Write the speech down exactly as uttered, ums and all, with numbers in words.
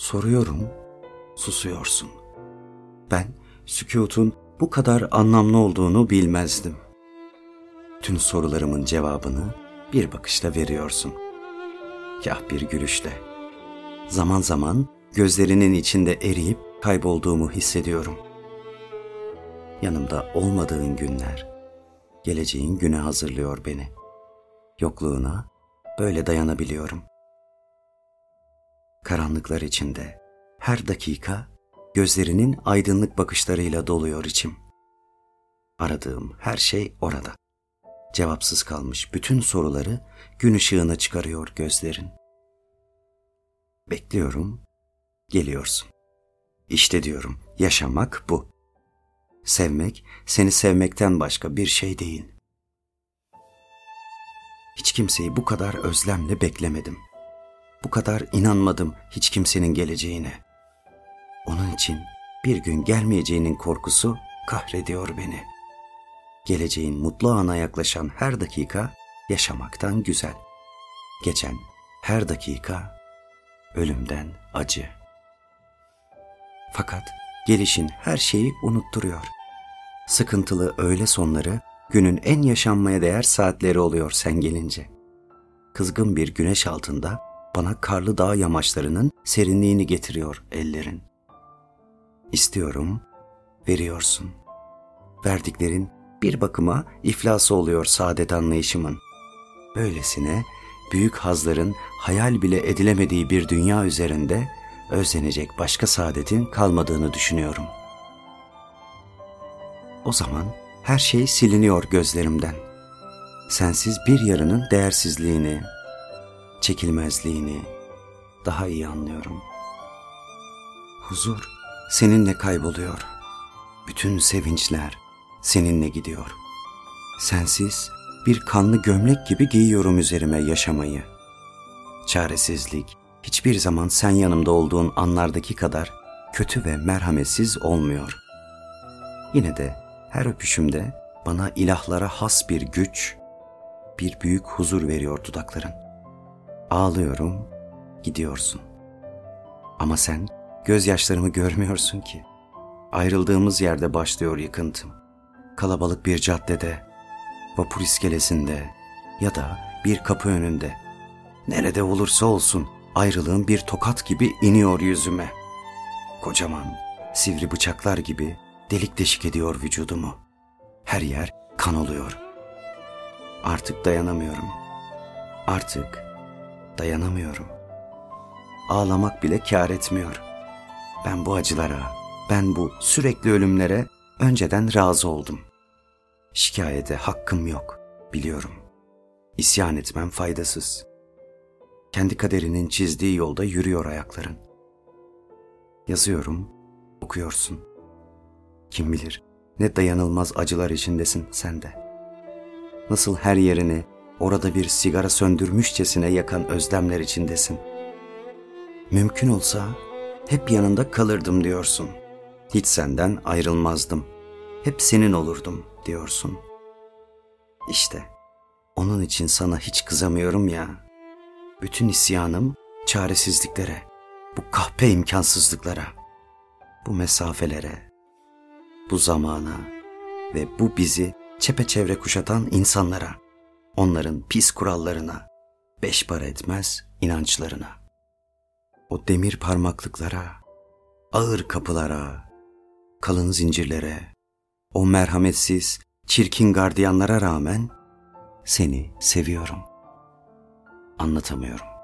Soruyorum, susuyorsun. Ben sükûtun bu kadar anlamlı olduğunu bilmezdim. Tüm sorularımın cevabını bir bakışla veriyorsun. Kah bir gülüşle. Zaman zaman gözlerinin içinde eriyip kaybolduğumu hissediyorum. Yanımda olmadığın günler, geleceğin güne hazırlıyor beni. Yokluğuna böyle dayanabiliyorum. Karanlıklar içinde her dakika gözlerinin aydınlık bakışlarıyla doluyor içim. Aradığım her şey orada. Cevapsız kalmış bütün soruları gün ışığına çıkarıyor gözlerin. Bekliyorum, geliyorsun. İşte diyorum, yaşamak bu. Sevmek, seni sevmekten başka bir şey değil. Hiç kimseyi bu kadar özlemle beklemedim. Bu kadar inanmadım hiç kimsenin geleceğine. Onun için bir gün gelmeyeceğinin korkusu kahrediyor beni. Geleceğin mutlu ana yaklaşan her dakika yaşamaktan güzel. Geçen her dakika ölümden acı. Fakat gelişin her şeyi unutturuyor. Sıkıntılı öğle sonları günün en yaşanmaya değer saatleri oluyor sen gelince. Kızgın bir güneş altında bana karlı dağ yamaçlarının serinliğini getiriyor ellerin. İstiyorum, veriyorsun. Verdiklerin bir bakıma iflası oluyor saadet anlayışımın. Böylesine büyük hazların hayal bile edilemediği bir dünya üzerinde özlenecek başka saadetin kalmadığını düşünüyorum. O zaman her şey siliniyor gözlerimden. Sensiz bir yarının değersizliğini, çekilmezliğini daha iyi anlıyorum. Huzur seninle kayboluyor. Bütün sevinçler seninle gidiyor. Sensiz bir kanlı gömlek gibi giyiyorum üzerime yaşamayı. Çaresizlik hiçbir zaman sen yanımda olduğun anlardaki kadar kötü ve merhametsiz olmuyor. Yine de her öpüşümde bana ilahlara has bir güç, bir büyük huzur veriyor dudakların. Ağlıyorum, gidiyorsun. Ama sen gözyaşlarımı görmüyorsun ki. Ayrıldığımız yerde başlıyor yıkıntım. Kalabalık bir caddede, vapur iskelesinde ya da bir kapı önünde. Nerede olursa olsun ayrılığın bir tokat gibi iniyor yüzüme. Kocaman, sivri bıçaklar gibi delik deşik ediyor vücudumu. Her yer kan oluyor. Artık dayanamıyorum. Artık dayanamıyorum. Ağlamak bile kâr etmiyor. Ben bu acılara, ben bu sürekli ölümlere önceden razı oldum. Şikayete hakkım yok, biliyorum. İsyan etmem faydasız. Kendi kaderinin çizdiği yolda yürüyor ayakların. Yazıyorum, okuyorsun. Kim bilir ne dayanılmaz acılar içindesin sen de. Nasıl her yerini orada bir sigara söndürmüşçesine yakan özlemler içindesin. Mümkün olsa hep yanında kalırdım diyorsun. Hiç senden ayrılmazdım. Hep senin olurdum diyorsun. İşte onun için sana hiç kızamıyorum ya. Bütün isyanım çaresizliklere, bu kahpe imkansızlıklara, bu mesafelere, bu zamana ve bu bizi çepeçevre kuşatan insanlara, onların pis kurallarına, beş para etmez inançlarına. O demir parmaklıklara, ağır kapılara, kalın zincirlere, o merhametsiz, çirkin gardiyanlara rağmen seni seviyorum. Anlatamıyorum.